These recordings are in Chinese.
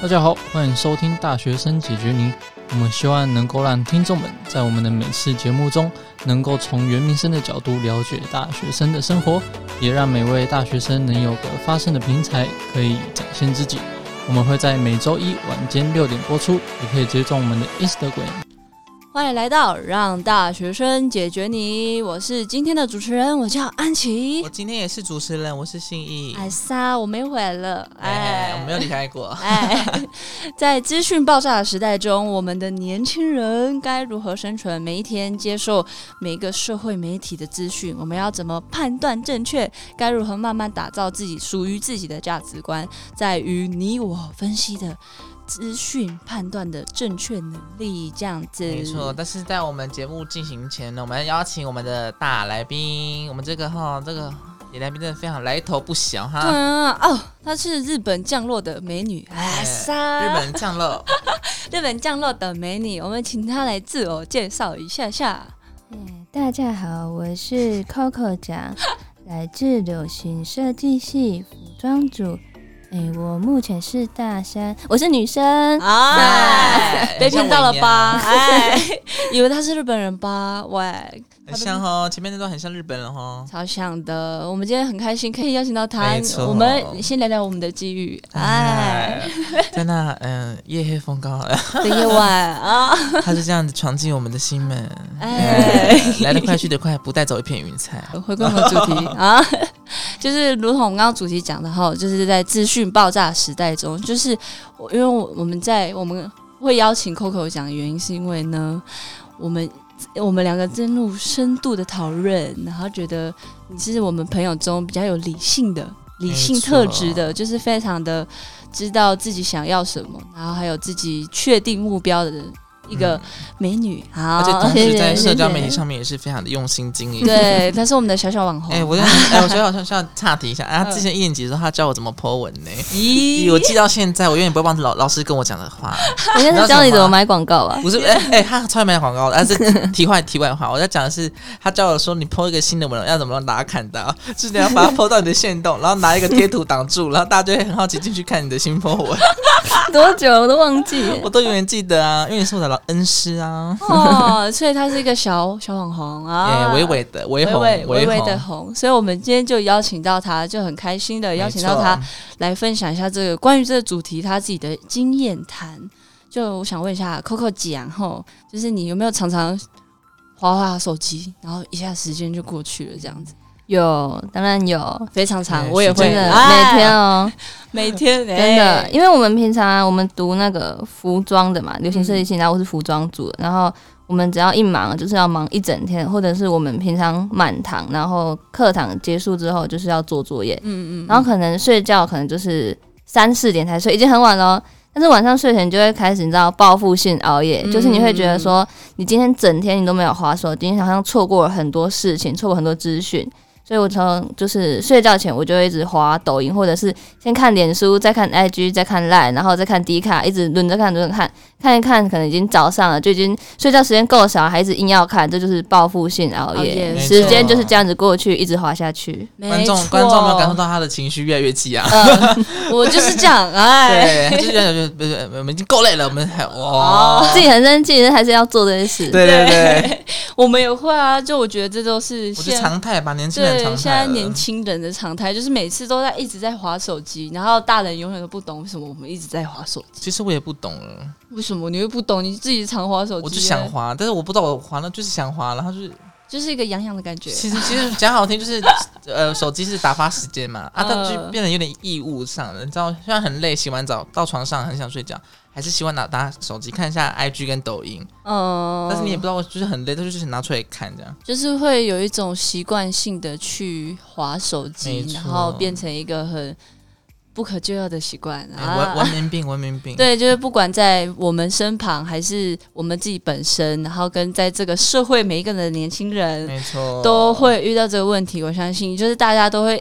大家好，欢迎收听大学生解决你。我们希望能够让听众们在我们的每次节目中，能够从原民生的角度了解大学生的生活，也让每位大学生能有个发声的平台，可以展现自己。我们会在每周一晚间6点播出，也可以追踪我们的 Instagram。 欢迎来到让大学生解决你，我是今天的主持人，我叫安琪。 我今天也是主持人，我是信义。 哎撒，我没回来了， 我没有离开过。 在资讯爆炸的时代中，我们的年轻人该如何生存？每一天接受每个社会媒体的资讯，我们要怎么判断正确？该如何慢慢打造自己属于自己的价值观？在于你我分析的资讯判断的正确能力，这样子没错。但是在我们节目进行前呢，我们要邀请我们的大来宾。我们这个野来宾真的非常来头不小哈。 对啊，她是日本降落的美女， 日本降落， 日本降落的美女，我们请她来自我介绍一下下。 大家好，我是 Coco 酱，来自流行设计系服装组。我目前是大三，我是女生。 被骗到了吧？以为他是日本人吧？喂， 很像哦，前面那段很像日本人哦， 超像的。我们今天很开心可以邀请到他，我们先聊聊我们的机遇。 在那夜黑风高的夜晚啊， 他是这样子闯进我们的心门，来得快去得快，不带走一片云彩。 回归我们的主题啊。就是如同我们刚刚主题讲的哈，就是在资讯爆炸时代中，就是因为我们会邀请 Coco 讲的原因，是因为呢，我们两个进入深度的讨论，然后觉得你是我们朋友中比较有理性特质的，就是非常的知道自己想要什么，然后还有自己确定目标的人。一个美女，好， 而且同时在社交媒体上面也是非常的用心经营。 对，她是我们的小小网红。 我觉得好像需要岔题一下。他之前1年级的时候，他教我怎么 po 文呢？我记到现在，我永远不会忘记老师跟我讲的话。 人家是教你怎么买广告啊？ 不是，他超爱买广告的。但是题外话，我在讲的是，他教我说，你 po 一个新的文要怎么让大家看到，就是你要把它 po 到你的限动，然后拿一个贴图挡住，然后大家就会很好奇进去看你的新 po 文。 多久我都忘记了， 我都永远记得啊，因为你是我的恩师啊。 所以他是一个小网红啊， 微微的红。所以我们今天就邀请到他，就很开心的邀请到他来分享一下这个关于这个主题他自己的经验谈。就我想问一下 Coco 讲就是你有没有常常滑手机，然后一下时间就过去了这样子？ 有，当然有， 非常长，我也会真的每天哦， 每天真的，因为我们平常我们读那个服装的嘛，流行设计系，然后我是服装组的，然后我们只要一忙就是要忙一整天，或者是我们平常满堂，然后课堂结束之后就是要做作业，然后可能睡觉可能就是3、4点才睡，已经很晚了。但是晚上睡前就会开始，你知道报复性熬夜，就是你会觉得说，你今天整天你都没有滑手机，你好像错过了很多事情，错过很多资讯。所以我从就是睡觉前我就会一直滑抖音，或者是先看脸书，再看 IG， 再看 LINE， 然后再看 D 卡，一直轮着看一看，可能已经早上了，就已经睡觉时间够少，还是硬要看，这就是报复性熬夜，时间就是这样子过去，一直滑下去。 观众有没有感受到他的情绪越来越激昂？ 我就是这样， 对，他就是我们已经够累了，我们自己很生气，还是要做这些事。 对， 我们也会啊，就我觉得这都是我觉得常态吧，年轻人常态。 对，现在年轻人的常态就是每次都一直在滑手机，然后大人永远都不懂为什么我们一直在滑手机。 其实我也不懂了， 为什么你会不懂？你自己常滑手机， 我就想滑，但是我不知道我滑了就是想滑，然后就是一个痒痒的感觉。 其实讲好听就是手机是打发时间嘛，它就变得有点义务上了。你知道，虽然很累，洗完澡到床上很想睡觉，还是喜欢拿手机看一下 IG 跟抖音。但是你也不知道，就是很累，他就是拿出来看这样。 就是会有一种习惯性的去滑手机，然后变成一个很不可救药的习惯。 文明病。 对，就是不管在我们身旁，还是我们自己本身，然后跟在这个社会每一个人的年轻人， 没错， 都会遇到这个问题。我相信，就是大家都会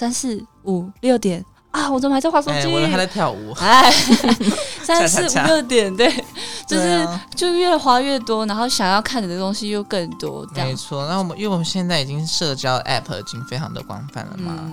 3、4、5、6点。我怎么还在滑手机？ 我还在跳舞。 3、4、5、6点，对，就越滑越多，然后想要看的东西又更多。 没错，那因为我们现在已经社交 App 已经非常的广泛了嘛，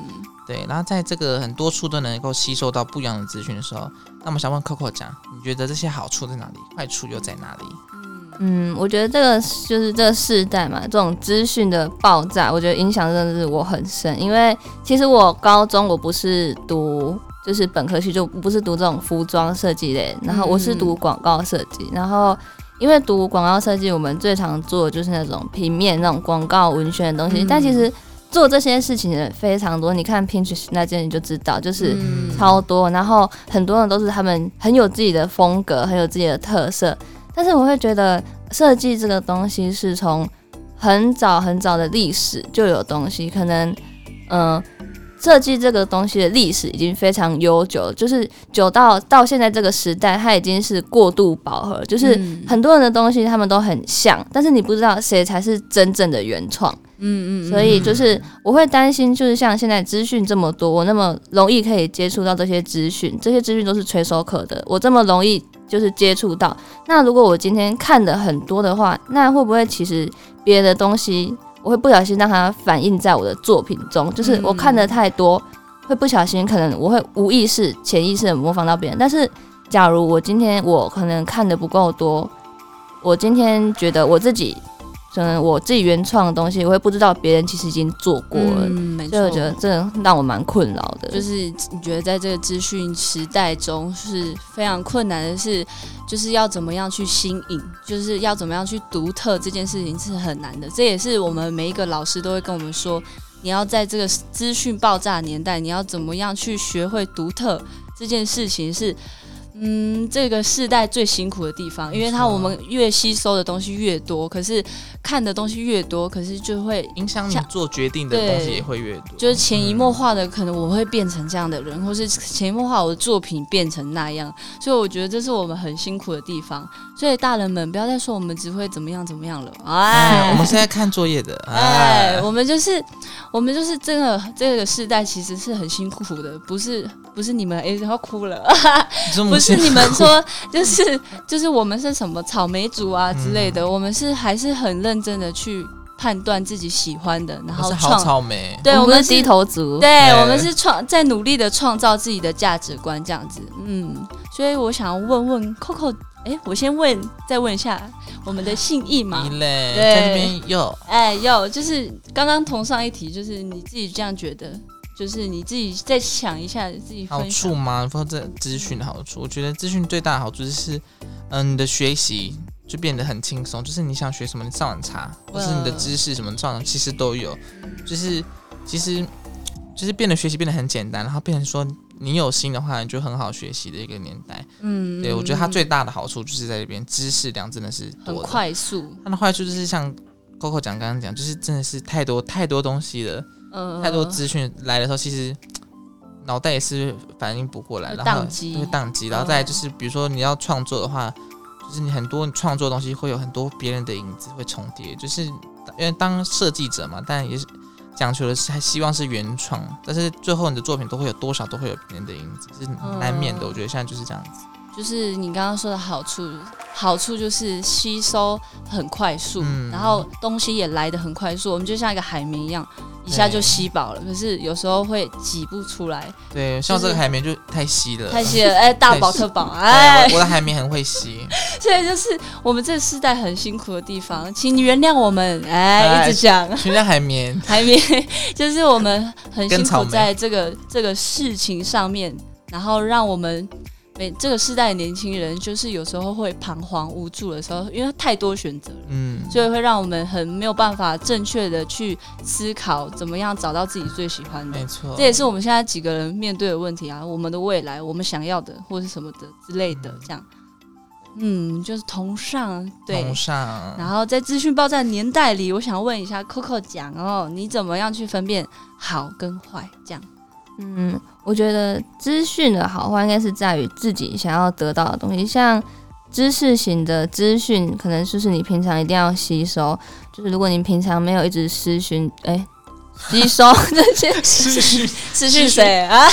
对，然后在这个很多处都能够吸收到不一样的资讯的时候，那我们想问 Coco 讲，你觉得这些好处在哪里，坏处又在哪里？ 我觉得这个就是这个世代嘛，这种资讯的爆炸，我觉得影响真的是我很深。因为其实我高中我不是读就是本科系，就不是读这种服装设计类，然后我是读广告设计，然后因为读广告设计，我们最常做的就是那种平面那种广告文宣的东西，但其实做这些事情的人非常多，你看 Pinterest 那件你就知道，就是超多，然后很多人都是他们很有自己的风格，很有自己的特色。但是我会觉得设计这个东西是从很早很早的历史就有东西，可能设计这个东西的历史已经非常悠久，就是久到现在这个时代，它已经是过度饱和，就是很多人的东西他们都很像，但是你不知道谁才是真正的原创。所以就是我会担心，就是像现在资讯这么多，我那么容易可以接触到这些资讯，这些资讯都是垂手可得，我这么容易就是接触到。那如果我今天看的很多的话，那会不会其实别的东西我会不小心让它反映在我的作品中？就是我看的太多，会不小心可能我会无意识、潜意识的模仿到别人。但是假如我今天我可能看的不够多，我今天觉得我自己。可能我自己原创的东西，我会不知道别人其实已经做过了，所以我觉得这让我蛮困扰的。 就是你觉得在这个资讯时代中是非常困难的是，就是要怎么样去新颖，就是要怎么样去独特，这件事情是很难的。这也是我们每一个老师都会跟我们说，你要在这个资讯爆炸的年代，你要怎么样去学会独特这件事情是。这个世代最辛苦的地方，因为我们越吸收的东西越多，可是看的东西越多，可是就会影响你做决定的东西也会越多， 就是潜移默化的，可能我会变成这样的人，或是潜移默化我的作品变成那样，所以我觉得这是我们很辛苦的地方。所以大人们不要再说我们只会怎么样怎么样了， 我们是在看作业的， 我们就是这个世代其实是很辛苦的，不是你们要哭了，不是你们说就是我们是什么草莓族啊之类的，我们还是很认真的去判断自己喜欢的，然后是好草莓， 对，我们是低头族， 对，我们是在努力的创造自己的价值观这样子，所以我想要问问 Coco， 我先再问一下我们的信义嘛， 你嘞，在这边有，就是刚刚同上一题，就是你自己这样觉得。就是你自己再想一下，自己分享好处吗？说这资讯的好处，我觉得资讯最大的好处就是，你的学习就变得很轻松，就是你想学什么，你上网查，或是你的知识什么上网其实都有，就是变得学习变得很简单，然后变成说你有心的话，你就很好学习的一个年代。对，我觉得它最大的好处就是在这边，知识量真的是多的很快速。 它的坏处就是像 Coco 刚刚讲，就是真的是太多东西了。太多资讯来的时候，其实脑袋也是反应不过来，然后会宕机，然后再来就是比如说你要创作的话，就是你很多创作的东西会有很多别人的影子会重叠，就是因为当设计者嘛，但也是讲求的是还希望是原创，但是最后你的作品都会有多少都会有别人的影子，是难免的。我觉得现在就是这样子。 就是你刚刚说的好处就是吸收很快速，然后东西也来得很快速，我们就像一个海绵一样，一下就吸饱了，可是有时候会挤不出来。 对，像这个海绵就太稀了， 大饱特饱， 我的海绵很会吸， 所以就是我们这个世代很辛苦的地方，请你原谅我们，一直讲， 全叫海绵就是我们很辛苦在这个事情上面，然后让我们。这个世代的年轻人就是有时候会彷徨无助的时候，因为太多选择了，所以会让我们很没有办法正确的去思考怎么样找到自己最喜欢的。 没错， 这也是我们现在几个人面对的问题啊，我们的未来，我们想要的或是什么的之类的，这样。就是同上，对， 同上。 然后在资讯爆炸的年代里，我想问一下 Coco 讲你怎么样去分辨好跟坏？这样。 我觉得资讯的好坏应该是在于自己想要得到的东西，像知识型的资讯，可能就是你平常一定要吸收，就是如果你平常没有一直吸收这些私讯谁啊？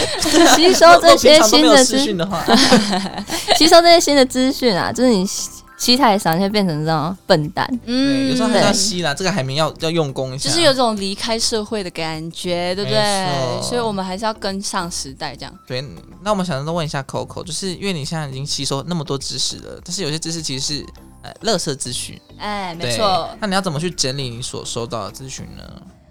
吸收这些新的资讯的话， 吸收这些新的资讯啊，就是你吸太少，你会变成这种笨蛋。 对，有时候还是要吸啦，这个海绵要用功一下， 就是有种离开社会的感觉，对不对？所以我们还是要跟上时代，这样。 对，那我们想再问一下 Coco， 就是因为你现在已经吸收那么多知识了，但是有些知识其实是垃圾资讯， 没错。 那你要怎么去整理你所收到的资讯呢？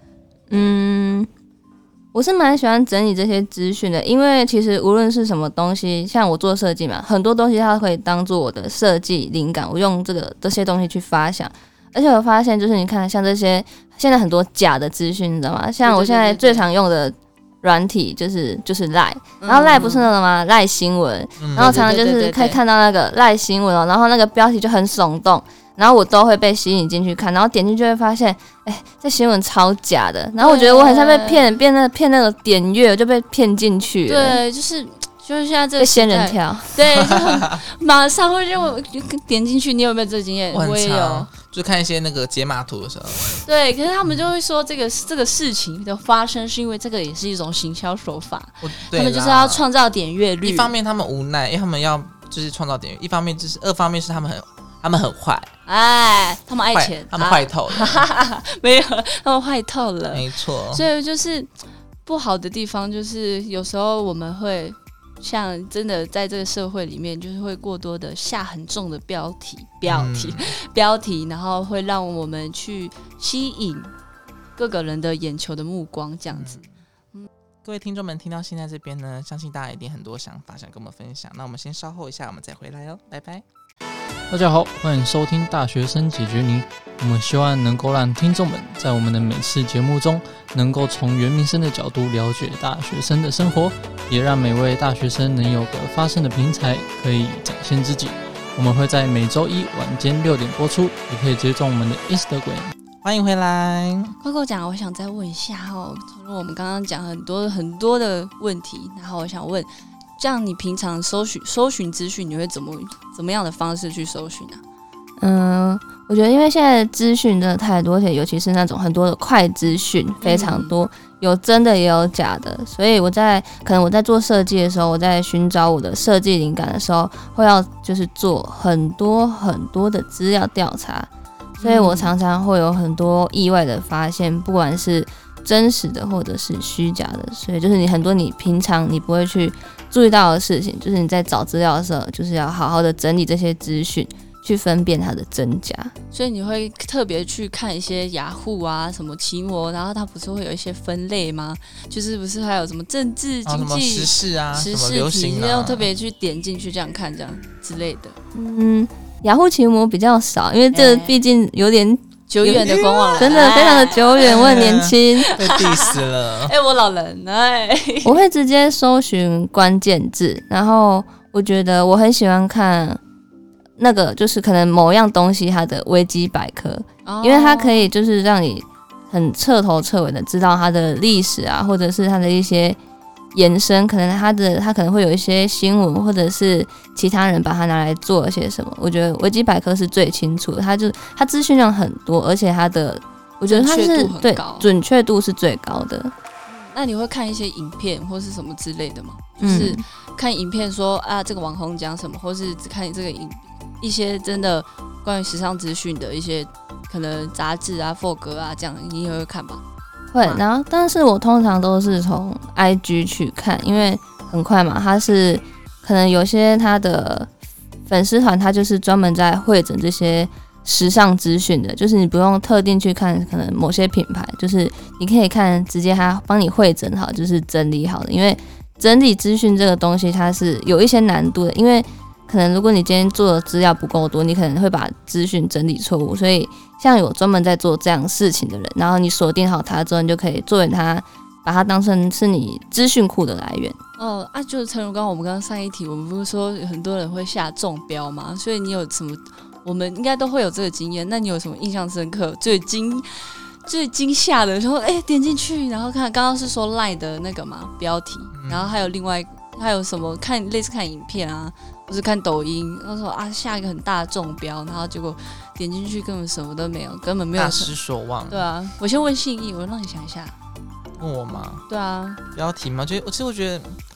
我是蛮喜欢整理这些资讯的，因为其实无论是什么东西，像我做设计嘛，很多东西它会当做我的设计灵感，我用这些东西去发想。而且我发现，就是你看，像这些现在很多假的资讯，你知道吗？像我现在最常用的软体就是 Line， 然后 Line 不是那个吗？Line 新闻，然后常常就是可以看到那个 Line 新闻哦，然后那个标题就很耸动。然后我都会被吸引进去看，然后点进去就会发现，这新闻超假的。然后我觉得我很像被骗那个点阅，我就被骗进去了。 对，就是现在这个被仙人跳， 对，就马上会让我点进去。你有没有这个经验？我也有， 就看一些那个解码图的时候。 对，可是他们就会说这个事情的发生是因为这个也是一种行销手法，他们就是要创造点阅率。 一方面他们无奈，因为他们要就是创造点阅；一方面就是二方面是他们很坏， 他们爱钱， 他们坏透了， 没有，他们坏透了， 没错。 所以就是不好的地方，就是有时候我们会像真的在这个社会里面，就是会过多的下很重的标题，然后会让我们去吸引各个人的眼球的目光，这样子。 各位听众们听到现在这边呢，相信大家一定很多想法想跟我们分享。那我们先稍后一下，我们再回来哦，拜拜。 大家好，欢迎收听大学生解决你。我们希望能够让听众们在我们的每次节目中，能够从原民生的角度了解大学生的生活，也让每位大学生能有个发声的平台，可以展现自己。我们会在每周一晚间6点播出，也可以追踪我们的 Instagram。 欢迎回来 ，Coco讲，我想再问一下从我们刚刚讲很多的问题，然后我想问。这样你平常搜寻资讯，你会怎么样的方式去搜寻啊？ 我觉得因为现在的资讯真的太多，而且尤其是那种很多的快资讯非常多，有真的也有假的，所以可能我在做设计的时候，我在寻找我的设计灵感的时候，会要就是做很多很多的资料调查，所以我常常会有很多意外的发现，不管是真实的或者是虚假的，所以就是很多你平常你不会去注意到的事情，就是你在找资料的时候，就是要好好的整理这些资讯，去分辨它的真假。 所以你会特别去看一些雅虎啊、什么奇摩，然后它不是会有一些分类吗？就是不是还有什么政治、经济、 时事啊、 时事题，要特别去点进去这样看，这样之类的。 雅虎奇摩比较少，因为这毕竟有点久远的官网了， 真的非常的久远。我很年轻， 被 diss 了。 我老人我会直接搜寻关键字，然后我觉得我很喜欢看那个，就是可能某样东西它的维基百科，因为它可以就是让你很彻头彻尾的知道它的历史啊，或者是它的一些延伸，可能它可能会有一些新闻，或者是其他人把它拿来做了些什么。我觉得维基百科是最清楚的，它资讯量很多，而且我觉得它是对准确度是最高的。 那你会看一些影片或是什么之类的吗？就是看影片说这个网红讲什么，或是只看这个一些真的关于时尚资讯的一些可能杂志啊、Vogue 啊这样，你也会看吧？ 会，然后但是我通常都是从 IG 去看，因为很快嘛，它是可能有些他的粉丝团，他就是专门在汇整这些时尚资讯的，就是你不用特定去看可能某些品牌，就是你可以看直接他帮你汇整好，就是整理好的。因为整理资讯这个东西它是有一些难度的，因为可能如果你今天做的资料不够多，你可能会把资讯整理错误，所以像有专门在做这样事情的人，然后你锁定好他之后，你就可以作为他，把它当成是你资讯库的来源。 就是诚如我们刚刚上一题，我们不是说很多人会下中标嘛，所以你有什么，我们应该都会有这个经验，那你有什么印象深刻、最惊吓的？说点进去，然后看刚刚是说 LINE 的那个嘛标题，然后还有什么类似看影片啊，或是看抖音，然后说下一个很大的中标，然后结果点进去根本什么都没有，根本没有大失所望。 对啊，我先问信义，我让你想一下。 问我吗？ 对啊， 标题吗？其实我觉得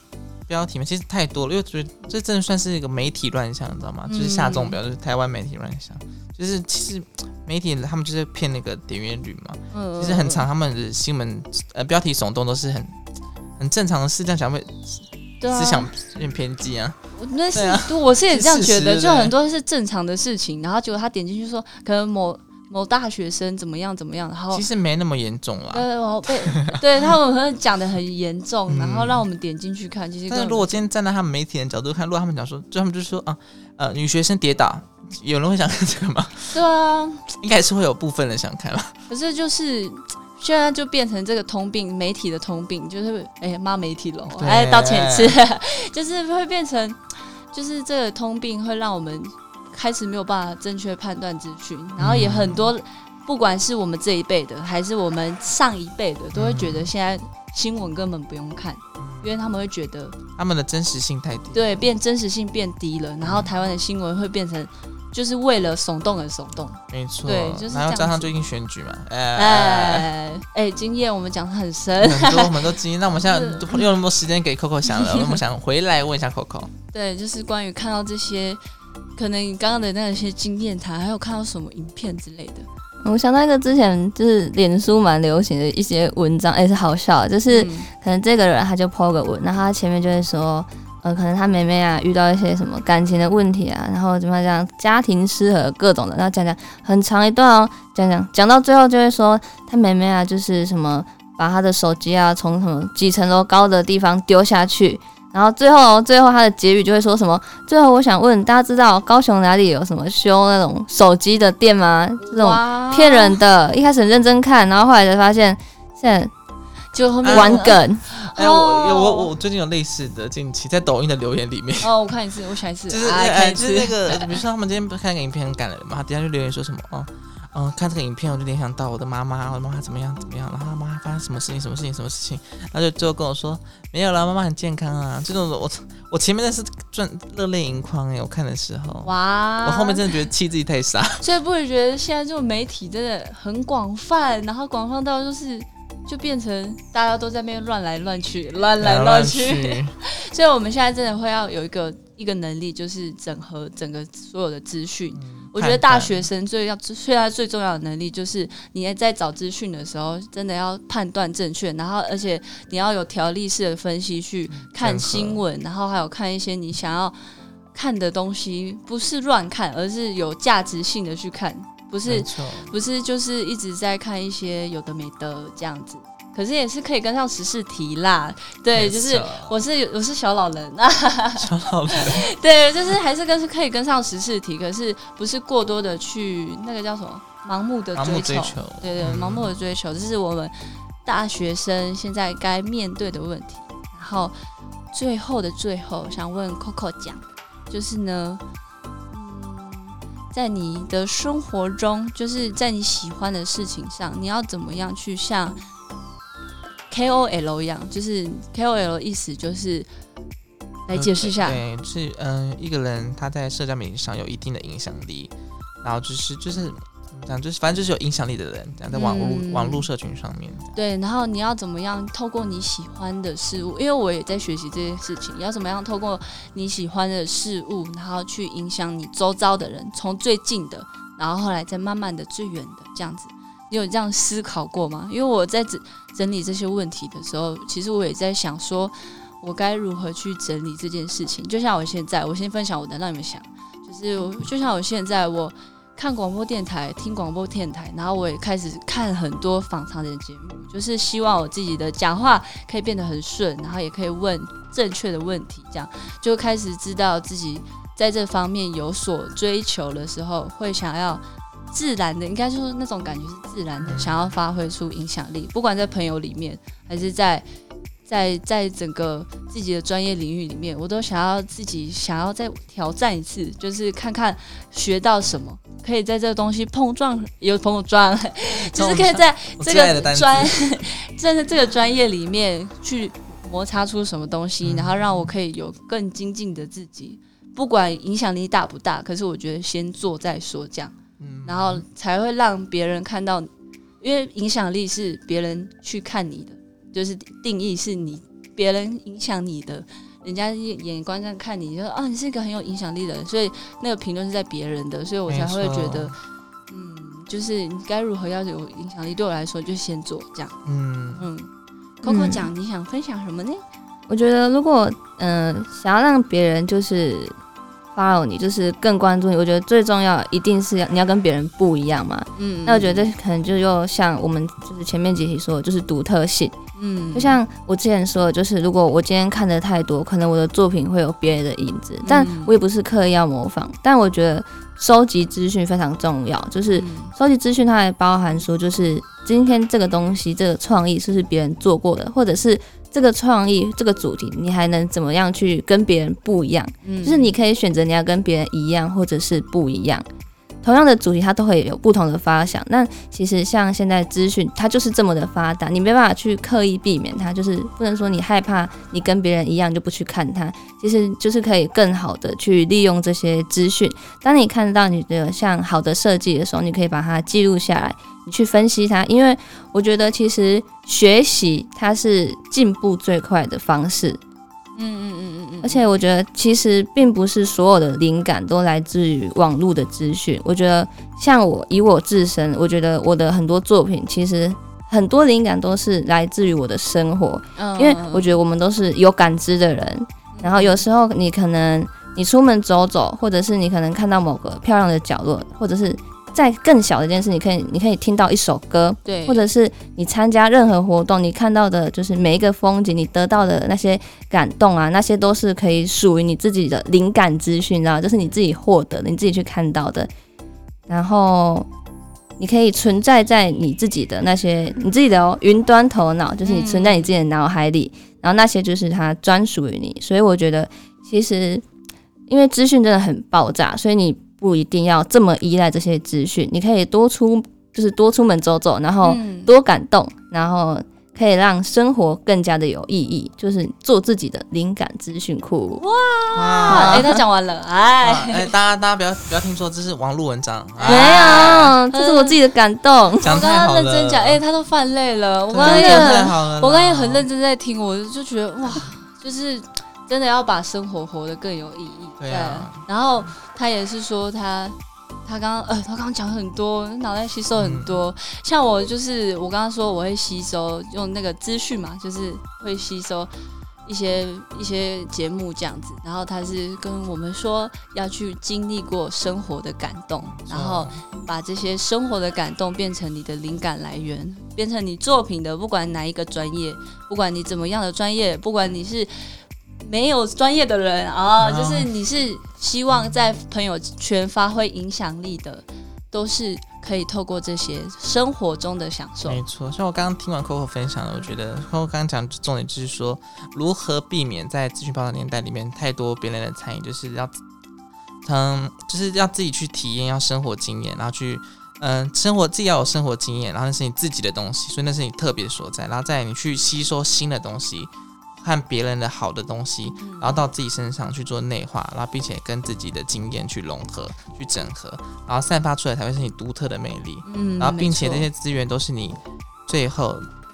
标题嘛，其实太多了，因为觉得这真的算是一个媒体乱象，你知道吗？就是下中标，就是台湾媒体乱象，就是其实媒体他们就是骗那个点阅率嘛。其实很常他们的新闻标题耸动都是很正常的事，这样想会思想有点偏激啊。 我是也这样觉得，就很多是正常的事情，然后结果他点进去说，可能某大学生怎么样怎么样，然后其实没那么严重啦。 对他们可能讲的很严重，然后让我们点进去看。其实， 但是如果今天站在他们媒体的角度看，如果他们讲说，他们就说女学生跌倒，有人会想看这个吗？ 对啊， 应该还是会有部分人想看吧。 可是就是现在就变成这个通病，媒体的通病，就是骂媒体了，道歉一次，就是会变成，就是这个通病会让我们开始没有办法正确判断资讯，然后也很多，不管是我们这一辈的，还是我们上一辈的，都会觉得现在新闻根本不用看，因为他们会觉得他们的真实性太低， 对，真实性变低了，然后台湾的新闻会变成就是为了耸动而耸动， 没错， 对，就是这样子。 然后加上最近选举嘛， 经验我们讲得很深， 很多我们都经验。那我们现在用那么多时间给 Coco 想了，我们想回来问一下 Coco， 对，就是关于看到这些。可能你刚刚的那些经验谈，还有看到什么影片之类的。 我想到一个之前就是脸书蛮流行的一些文章，是好笑的，就是可能这个人他就 po 个文，然后他前面就会说，可能他妹妹啊遇到一些什么感情的问题啊，然后怎么样家庭失和各种的，然后讲很长一段哦，讲到最后就会说他妹妹啊就是什么把他的手机啊从什么几层楼高的地方丢下去。然后最后他的结语就会说什么？最后我想问大家，知道高雄哪里有什么修那种手机的店吗？这种骗人的，一开始很认真看，然后后来才发现现在就后面玩梗。 我最近有类似的，近期在抖音的留言里面。 我看一次，我想一次， 就是那个，比如说他们今天看个影片很感人嘛，他底下就留言说什么看这个影片我就联想到我的妈妈，我的妈妈怎么样，然后他妈发生什么事情，然后就最后跟我说没有啦，妈妈很健康啊。这种我前面那是热泪盈眶我看的时候， 哇！ 我后面真的觉得气自己太傻。 所以不会觉得现在这种媒体真的很广泛，然后广泛到就变成大家都在那边乱来乱去。所以我们现在真的会要有一个能力，就是整合整个所有的资讯。我觉得大学生最重要的能力就是你在找资讯的时候，真的要判断正确，然后而且你要有条理式的分析去看新闻，然后还有看一些你想要看的东西，不是乱看，而是有价值性的去看，不是就是一直在看一些有的没的这样子。可是也是可以跟上时事题啦，对，就是我是小老人啊， 小老人， 对，就是还是可以跟上时事题，可是不是过多的去那个叫什么盲目的追求，对，盲目的追求，这是我们大学生现在该面对的问题。然后最后的最后，想问 Coco 讲，就是呢，在你的生活中，就是在你喜欢的事情上，你要怎么样去像KOL 一样，就是 KOL 意思就是来解释一下， 对，是一个人他在社交媒体上有一定的影响力，然后就是反正就是有影响力的人，这样在网络社群上面。 对，然后你要怎么样透过你喜欢的事物，因为我也在学习这件事情，要怎么样透过你喜欢的事物，然后去影响你周遭的人，从最近的，然后后来再慢慢的最远的这样子。你有这样思考过吗？因为我在整理这些问题的时候，其实我也在想说，我该如何去整理这件事情。就像我现在，我先分享我的，让你们想，就像我现在，我看广播电台，听广播电台，然后我也开始看很多访谈的节目，就是希望我自己的讲话可以变得很顺，然后也可以问正确的问题，这样就开始知道自己在这方面有所追求的时候，会想要自然的，应该就是那种感觉是自然的，想要发挥出影响力，不管在朋友里面，还是在整个自己的专业领域里面，我都想要再挑战一次，就是看看学到什么，可以在这个东西碰撞，就是可以在这个专业里面去摩擦出什么东西，然后让我可以有更精进的自己，不管影响力大不大，可是我觉得先做再说这样。然后才会让别人看到，因为影响力是别人去看你的，就是定义是别人影响你的， 人家眼光这样看你，就说你是一个很有影响力的人，所以那个评论是在别人的，所以我才会觉得，就是你该如何要有影响力，对我来说就先做这样。Coco 讲你想分享什么呢？ 我觉得如果想要让别人就是follow你，就是更关注你，我觉得最重要一定是你要跟别人不一样嘛。那我觉得这可能就又像我们就是前面几题说的，就是独特性。就像我之前说的，就是如果我今天看的太多，可能我的作品会有别人的影子，但我也不是刻意要模仿。但我觉得收集资讯非常重要，就是收集资讯它还包含说，就是今天这个东西这个创意是不是别人做过的，或者是这个创意这个主题你还能怎么样去跟别人不一样，就是你可以选择你要跟别人一样或者是不一样。同样的主题它都会有不同的发想，那其实像现在资讯它就是这么的发达，你没办法去刻意避免它，就是不能说你害怕你跟别人一样就不去看它，其实就是可以更好的去利用这些资讯。当你看到你的像好的设计的时候，你可以把它记录下来，你去分析它，因为我觉得其实学习它是进步最快的方式。而且我觉得其实并不是所有的灵感都来自于网络的资讯。我觉得像以我自身，我觉得我的很多作品其实很多灵感都是来自于我的生活，因为我觉得我们都是有感知的人。然后有时候你可能你出门走走，或者是你可能看到某个漂亮的角落，或者是在更小的一件事，你可以听到一首歌， 对， 或者是你参加任何活动，你看到的就是每一个风景，你得到的那些感动啊，那些都是可以属于你自己的灵感资讯，然后就是你自己获得的，你自己去看到的，然后你可以存在在你自己的那些你自己的云端头脑，就是你存在你自己的脑海里，然后那些就是它专属于你。所以我觉得其实因为资讯真的很爆炸，所以你不一定要这么依赖这些资讯，你可以多出门走走，然后多感动，然后可以让生活更加的有意义，就是做自己的灵感资讯库。 哇，他讲完了， 大家不要听错，这是网络文章， 没有，这是我自己的感动。 讲太好了， 我刚刚认真讲，他都犯累了，我刚刚也很认真在听，我就觉得哇，就是真的要把生活活得更有意义。 对啊， 然后他也是说他刚刚讲很多，脑袋吸收很多。像我就是我刚刚说我会吸收用那个资讯嘛，就是会吸收一些节目这样子。然后他是跟我们说要去经历过生活的感动，然后把这些生活的感动变成你的灵感来源，变成你作品的不管哪一个专业，不管你怎么样的专业，不管你是没有专业的人就是你是希望在朋友圈发挥影响力的，都是可以透过这些生活中的享受。 没错，像我刚刚听完 Coco 分享的，我觉得 Coco 刚刚讲的重点就是说，如何避免在资讯爆炸年代里面太多别人的参与，就是要自己去体验，要生活经验，然后去生活自己要有生活经验，然后那是你自己的东西，所以那是你特别的所在，然后再来你去吸收新的东西。和别人的好的东西，然后到自己身上去做内化，然后并且跟自己的经验去融合、去整合，然后散发出来才会是你独特的魅力。然后并且这些资源都是你最后，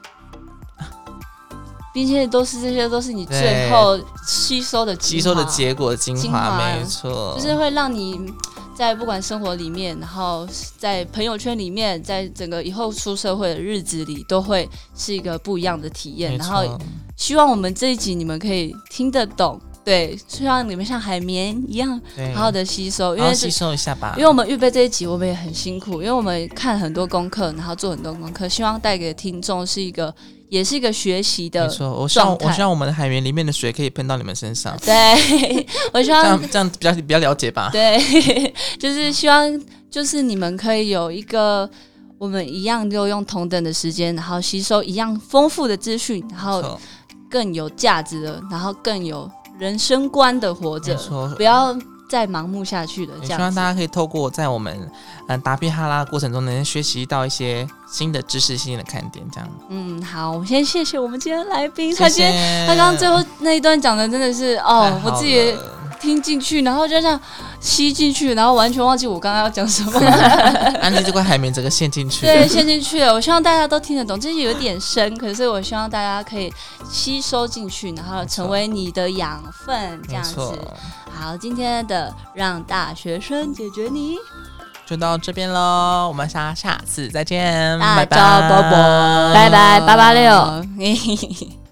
并且这些都是你最后吸收的结果精华，没错， 就是会让你在不管生活里面，然后在朋友圈里面，在整个以后出社会的日子里，都会是一个不一样的体验。然后希望我们这一集你们可以听得懂，对，希望你们像海绵一样好好的吸收，因为吸收一下吧。 因为我们预备这一集，我们也很辛苦，因为我们看很多功课，然后做很多功课，希望带给听众也是一个学习的状态。 没错，我希望我们的海绵里面的水可以喷到你们身上。 对，我希望这样比较了解吧。 对，就是希望就是你们可以有一个我们一样就用同等的时间，然后吸收一样丰富的资讯，然后更有价值的，然后更有人生观的活着，不要再盲目下去了。这样， 希望大家可以透过在我们答辩哈拉过程中，能学习到一些新的知识、新的看点。这样， 好，我们先谢谢我们今天的来宾， 谢谢他刚刚最后那一段讲的真的是我自己听进去，然后就这样吸进去，然后完全忘记我刚刚要讲什么。 安利这块海绵整个陷进去， 对，陷进去了。我希望大家都听得懂，这有点深，可是我希望大家可以吸收进去，然后成为你的养分，这样子。好，今天的让大学生解决你就到这边喽，我们下次再见， 大家拜拜， 拜拜， 拜拜886。